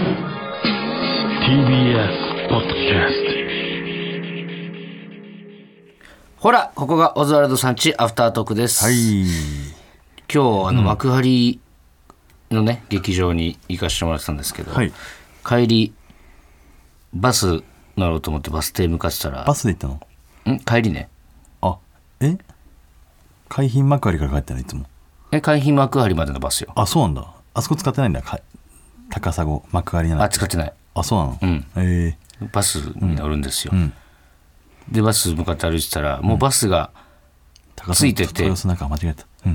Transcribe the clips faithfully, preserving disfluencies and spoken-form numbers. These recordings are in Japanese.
ービーエス ポッドキャスト。 ほら、ここがオズワルドさんちアフタートークです。 はい。 今日あの幕張のね、うん、劇場に行かせてもらってたんですけど、はい、帰りバス乗ろうと思ってバス停向かってたら。 バスで行ったの？ん帰りね。 あ、え海浜幕張から帰ったのいつも。 え海浜幕張までのバスよ。 あ、そうなんだ。あそこ使ってないんだ。高砂幕張なの。 あ、使ってない。 あ、そうなの。 うん。 えー、バスに乗るんですよ。 うんうん、 でバス向かって歩いてたら、もうバスがついてて、 豊洲なんか間違えた。うん。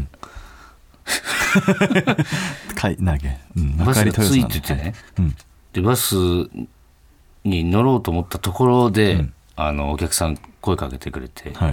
かいなんだっけ、うん、 バスがついててね、うん、でバスに乗ろうと思ったところで、うん、あのお客さん声かけてくれて、はい、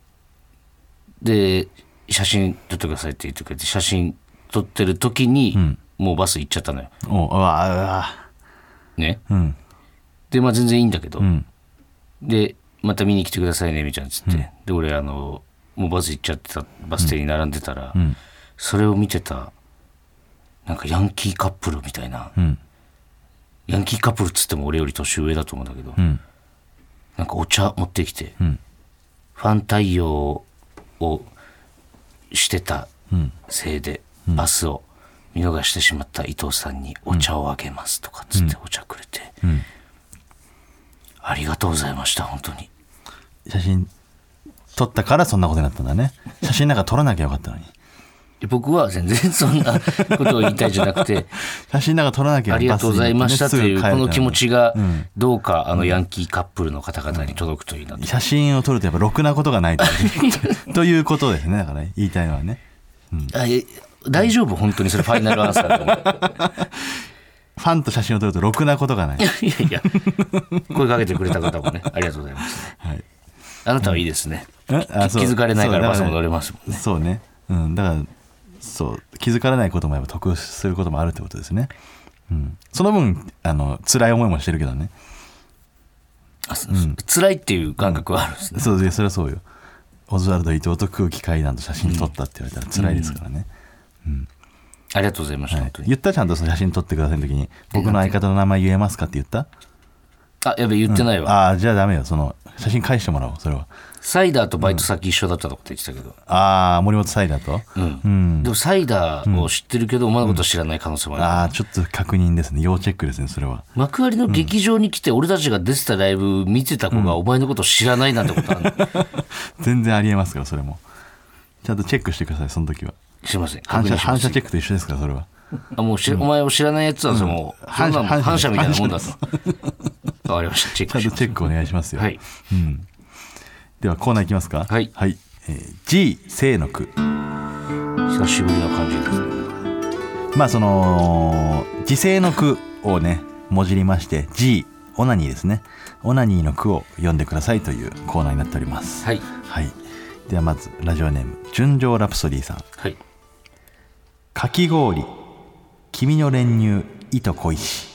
で写真撮ってくださいって言ってくれて、写真撮ってる時に、うん、もうバス行っちゃったのよ。 おうわうわね、 うん、 でまあ全然いいんだけど、 うん、 でまた見に来てくださいねみたいなつって、うん、で俺あのもうバス行っちゃってたバス停に並んでたら、うんうん、それを見てたなんかヤンキーカップルみたいな、うん、ヤンキーカップルっつっても俺より年上だと思うんだけど、うん、なんかお茶持ってきて、うん、ファン対応をしてたせいで、うん、バスを見逃してしまった伊藤さんにお茶をあげますとかっつってお茶くれて、うんうん、ありがとうございました本当に。 写真撮ったからそんなことになったんだね。写真なんか撮らなきゃよかったのに。 僕は全然そんなことを言いたいじゃなくて写真なんか撮らなきゃ、 ありがとうございましたというこの気持ちがどうかあのヤンキーカップルの方々に届くといいなと、うん、 写真を撮るとやっぱろくなことがないというということですね。だから言いたいのはね、 うん、あ大丈夫本当にそれファイナルアンサーだと思うファンと写真を撮るとろくなことがない。いやいや声かけてくれた方もねありがとうございます、ね、はい、あなたはいいですね、うん、気づかれないからバスも乗れますもんね。 そうね、うん、だからそう気づかれないこともやっぱ得することもあるってことですね、うん、その分あの辛い思いもしてるけどね。 あ、うん、辛いっていう感覚はあるんですね、 うん、そうそれはそうよ。オズワルド伊藤と空気階段と写真撮ったって言われたら辛いですからね、うんうん、 ありがとうございました、はい、本当に。 言った？ちゃんとその写真撮ってくださいの時に僕の相方の名前言えますかって言った？ あ、やべ言ってないわ、 うん、あじゃあダメよ。その写真返してもらおう。それはサイダーとバイト先一緒だったとかって言ってたけど、うん、 ああ森本サイダーと、 うんうん、でもサイダーを知ってるけど、うん、お前のこと知らない可能性もある、うん、 ああちょっと確認ですね。要チェックですねそれは。 幕張の劇場に来て、うん、俺たちが出てたライブ見てた子がお前のこと知らないなんてことあるの、うん、 全然ありえますからそれもちゃんとチェックしてください。その時はすいません反射、反射チェックと一緒ですからそれは。 あもうし、うん、お前を知らないやつはその、うん、反射反射みたいなもんだとわかりました。チェックします。 ちゃんとチェックお願いしますよ。 はい、 うん、ではコーナーいきますか。 はい、 はい、えー、G 正の句。 久しぶりな感じですね。 まあその時世の句をねもじりまして G オナニーですね。オナニーの句を読んでくださいというコーナーになっております。 はい、 はい、ではまずラジオネーム純情ラプソディさん。 はい、 かき氷君の練乳糸恋し。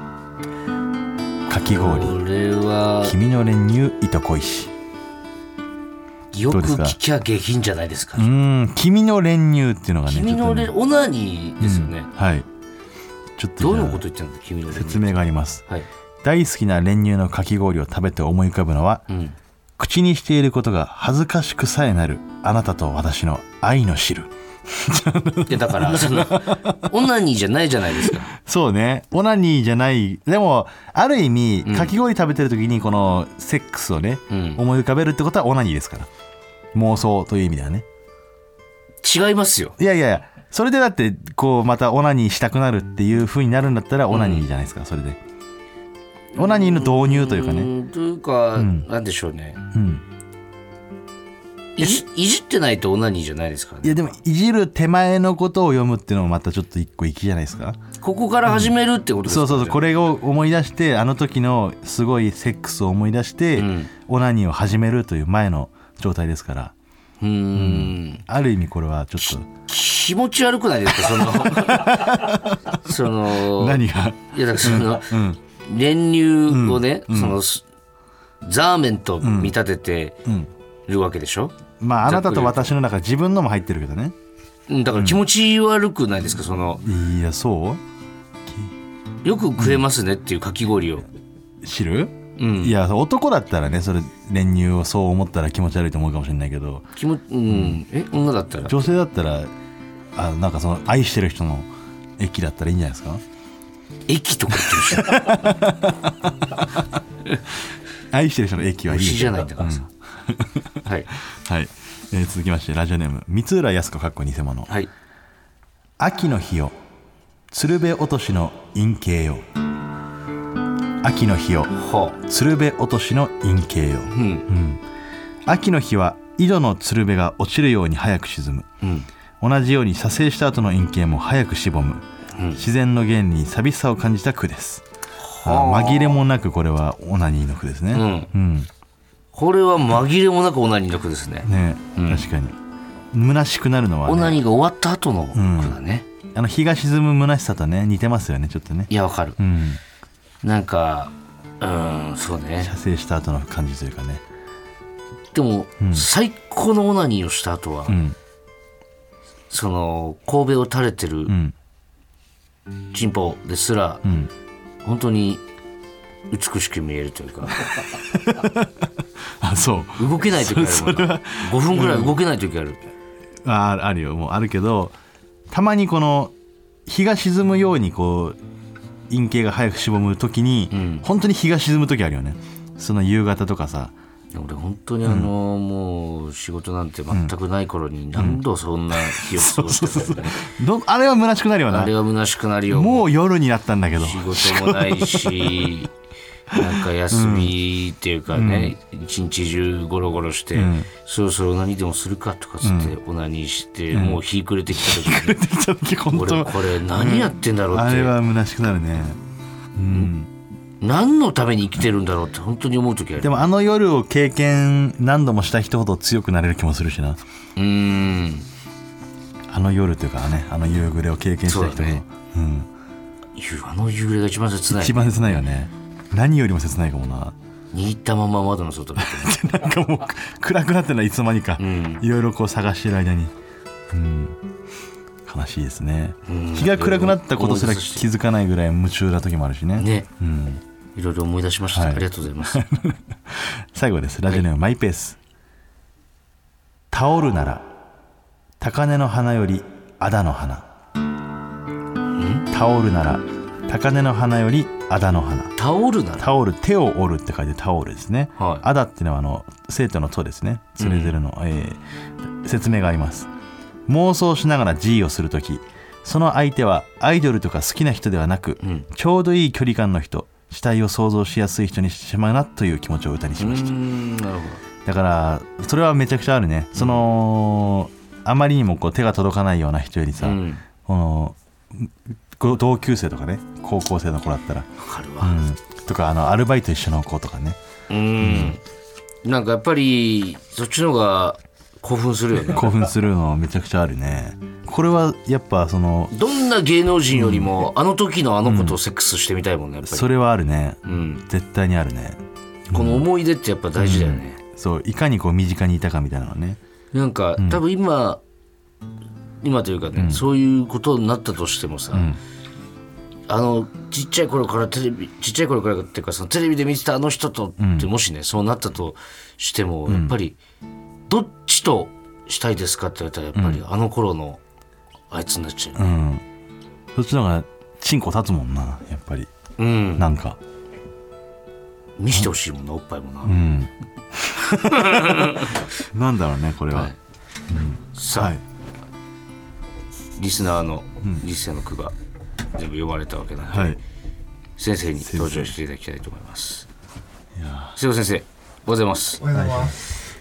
かき氷君の練乳糸恋し。 よく聞きゃ下品じゃないですか。 うーん君の練乳っていうのがね君の練オナニーですよね、 うん、はいちょっとどういうこと言ってんの君の練乳。 説明があります、 はい、 大好きな練乳のかき氷を食べて思い浮かぶのは、うん、口にしていることが恥ずかしくさえなるあなたと私の愛の汁。 いやだからそのオナニーじゃないじゃないですか。 そうねオナニーじゃない。でもある意味、うん、かき氷食べてる時にこのセックスをね、うん、思い浮かべるってことはオナニーですから。妄想という意味ではね。 違いますよ。 いやいやいやそれでだってこうまたオナニーしたくなるっていう風になるんだったらオナニーじゃないですか、うん、それでオナニーの導入というかね。 うんというか、うん、なんでしょうね、うん、いじ、いじってないとオナニーじゃないですからね。 いやでもいじる手前のことを読むっていうのもまたちょっと一個粋じゃないですか。 ここから始めるってことですか、 うん、そうそうそうこれを思い出してあの時のすごいセックスを思い出して、うん、オナニーを始めるという前の状態ですから。 うーん、うん、 ある意味これはちょっと気持ち悪くないですかそのその何がいやだからその、うんうん練乳をね、うん、そのザーメンと見立ててるわけでしょ、 うん、まああなたと私の中自分のも入ってるけどね。 だから気持ち悪くないですか、うん、そのいやそうよく食えますねっていうかき氷を汁、 うん、 いや男だったらねそれ練乳をそう思ったら気持ち悪いと思うかもしれないけど気も、うんうん、え女だったら女性だったらあなんかその愛してる人の液だったらいいんじゃないですか。 液とか言ってるし愛してる人の液はいい牛じゃないんだからさ、うん、はい、 はいえー、続きましてラジオネーム三浦靖子かっこ偽物、 はい、 秋の日よ鶴瓶落としの陰茎よ秋の日よ鶴瓶落としの陰茎よ、うんうん、秋の日は井戸の鶴瓶が落ちるように早く沈む、うん、同じように射精した後の陰茎も早くしぼむ、うん、自然の原理に寂しさを感じた句です。紛れもなくこれはオナニーの句ですね、うんうん、 これは紛れもなくオナニーの句ですね。 ね、うん、確かに虚しくなるのは、ね、 オナニーが終わった後の句だね、 うん、あの日が沈む虚しさとね似てますよねちょっとね。 いやわかる、うん、なんかうんそうね射精した後の感じというかね。 でも、うん、最高のオナニーをした後は、うん、その神戸を垂れてるチンポですら、うん、本当に美しく見えるというかあそう動けない時あるもんなごふんぐらい動けない時ある、 うん、あ, あるよもうあるけどたまにこの日が沈むようにこう陰茎が早くしぼむ時に、うん、本当に日が沈む時あるよね。その夕方とかさ俺本当にあの、うん、もう仕事なんて全くない頃に何度そんな日を過ごしてたよね。 あれは虚しくなるよな。 あれは虚しくなるよ。 もう夜になったんだけど仕事もないしなんか休みっていうかね、うん、一日中ゴロゴロして、うん、そろそろ何でもするかとかつって、うん、オナニーして、うん、もう日暮れてきた時に、日暮れてきた時本当俺これ何やってんだろうって、うん、 あれは虚しくなるね、うん、 何のために生きてるんだろうって本当に思う時ある。 でもあの夜を経験何度もした人ほど強くなれる気もするしな。うーんあの夜というかねあの夕暮れを経験した人ほど、ねうん、 あの夕暮れが一番切ない、 一番切ないよね。何よりも切ないかもな。 握ったまま窓の外見てなんかもう暗くなってるのはいつの間にか、うん、いろいろこう探してる間に、うん、悲しいですね、うん、日が暗くなったことすら気づかないぐらい夢中な時もあるしね。ね、うん、 いろいろ思い出しました、はい、ありがとうございます最後です。ラジオネーム、はい、マイペース。タオルなら高嶺の花よりアダの花。タオルなら高嶺の花よりアダの花。 タオルならタオル手を折るって書いてタオルですね、はい、アダっていうのはあの生徒のとですねつれづれの、うんえー、説明があります。妄想しながら G をするときその相手はアイドルとか好きな人ではなく、うん、ちょうどいい距離感の人死体を想像しやすい人にしてしまうなという気持ちを歌にしました。うーんなるほど。だからそれはめちゃくちゃあるね。その、うん、あまりにもこう手が届かないような人よりさ、うん、この同級生とかね高校生の子だったら分かるわ、 うん、とかあのアルバイト一緒の子とかねうん、うん、なんかやっぱりそっちの方が興奮するよね興奮するのめちゃくちゃあるね。これはやっぱそのどんな芸能人よりも、うん、あの時のあの子とセックスしてみたいもんねやっぱり。 それはあるね、うん、絶対にあるね。 この思い出ってやっぱ大事だよね、 うん、そういかにこう身近にいたかみたいなのね。 なんか、うん、多分今今というかね、うん、そういうことになったとしてもさ、うん、あのちっちゃい頃からテレビちっちゃい頃からっていうかそのテレビで見てたあの人とって、うん、もしねそうなったとしても、うん、やっぱりどっちとしたいですかって言われたらやっぱり、うん、あの頃のあいつになっちゃう、ねうん、 そっちの方がチンコ立つもんなやっぱり、うん、なんか見してほしいもんなおっぱいもな、うん、 なんだろうねこれは、はいうん、さあ、はいリスナーのリスナーの句が全部読まれたわけなので、はい、先生に登場していただきたいと思います。いや瀬尾先生おはようございます。 おはようございます。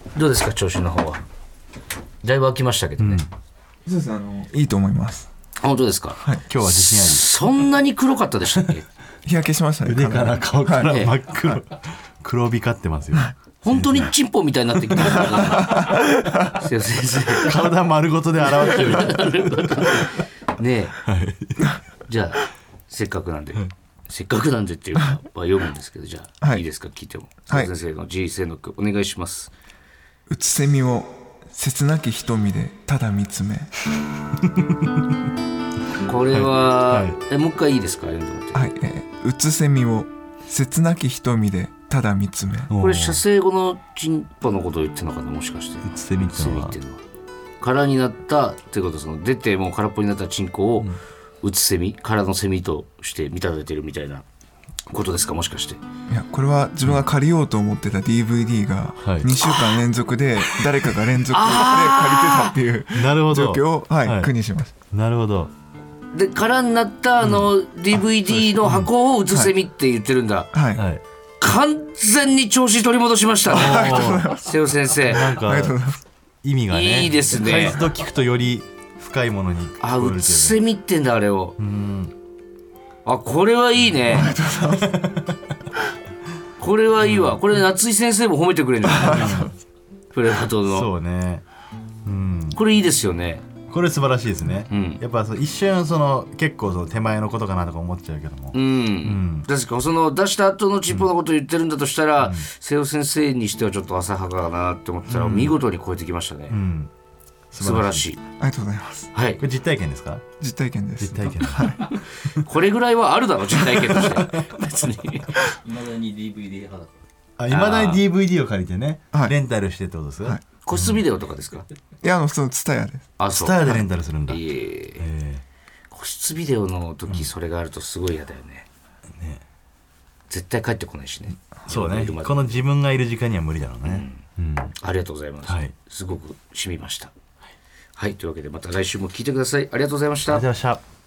どうですか調子の方は。だいぶ飽きましたけどね、うん、 そうですあのいいと思います。 本当ですか、 はい、今日は自信あり。 そんなに黒かったでしたっけ日焼けしましたね。 腕から顔から真っ黒、はい、黒光ってますよ本当にチンポみたいになってきた先生体丸ごとで表してるねえ、はい、じゃあせっかくなんで、はい、せっかくなんでっていうかは読むんですけどじゃあ、はい、いいですか聞いても、はい、先生の G 声の句お願いします。 うつせみを切なき瞳でただ見つめこれは、 はいはい、 えもう一回いいですか、読んでもらって。 はい、えー、うつせみを切なき瞳でただ見つめ。 これ射精後のチンポのことを言ってるのかな、もしかして。 うつせみってのはっていうのは空になったってこと、その出てもう空っぽになったチンコをうつセミ、空のセミとして見立ててるみたいなことですか、もしかして。 いや、これは自分が借りようと思ってた ディーブイディー がにしゅうかん連続で誰かが連続で借りてたっていうなるほど状況を、はいはい句にしました。 なるほど。 で空になったあの ディーブイディー の箱をうつセミって言ってるんだ。 はい、 はい完全に調子取り戻しましたね、瀬尾先生。 なんかありがとうございます。 意味がねいいですね。 解説を聞くとより深いものに聞こえるあ、うつセミってんだあれを。 うん、 あ、これはいいね。これはいいわ。これ夏井先生も褒めてくれるんじゃないプレバトの。 そうね、うん、 これいいですよね。 これ素晴らしいですね、 うん、 やっぱその一瞬その結構その手前のことかなとか思っちゃうけども、 うん、うん、確かにその出した後のチンポのことを言ってるんだとしたら、うん、瀬尾先生にしてはちょっと浅はかだなって思ってたら、うん、見事に超えてきましたね、うん、素晴らしい。 ありがとうございます。 はい、これ実体験ですか？ 実体験です。 実体験、はい、 これぐらいはあるだろ実体験として別にいまだに ディーブイディー 派だから。 あ、いまだに ディーブイディー を借りてね、 はい、 レンタルしてってことですか？はい、 個室ビデオとかですか？ いや、あの普通のツタヤです。 あ、 ツタヤでレンタルするんだ。 いえいえ、個室ビデオの時それがあるとすごい嫌だよね、うん、ね、絶対帰ってこないしね。 そうね、この自分がいる時間には無理だろうね、うんうん、 ありがとうございます、 はい、 すごく染みました。はい、はい、というわけでまた来週も聞いてください。ありがとうございました。 ありがとうございました。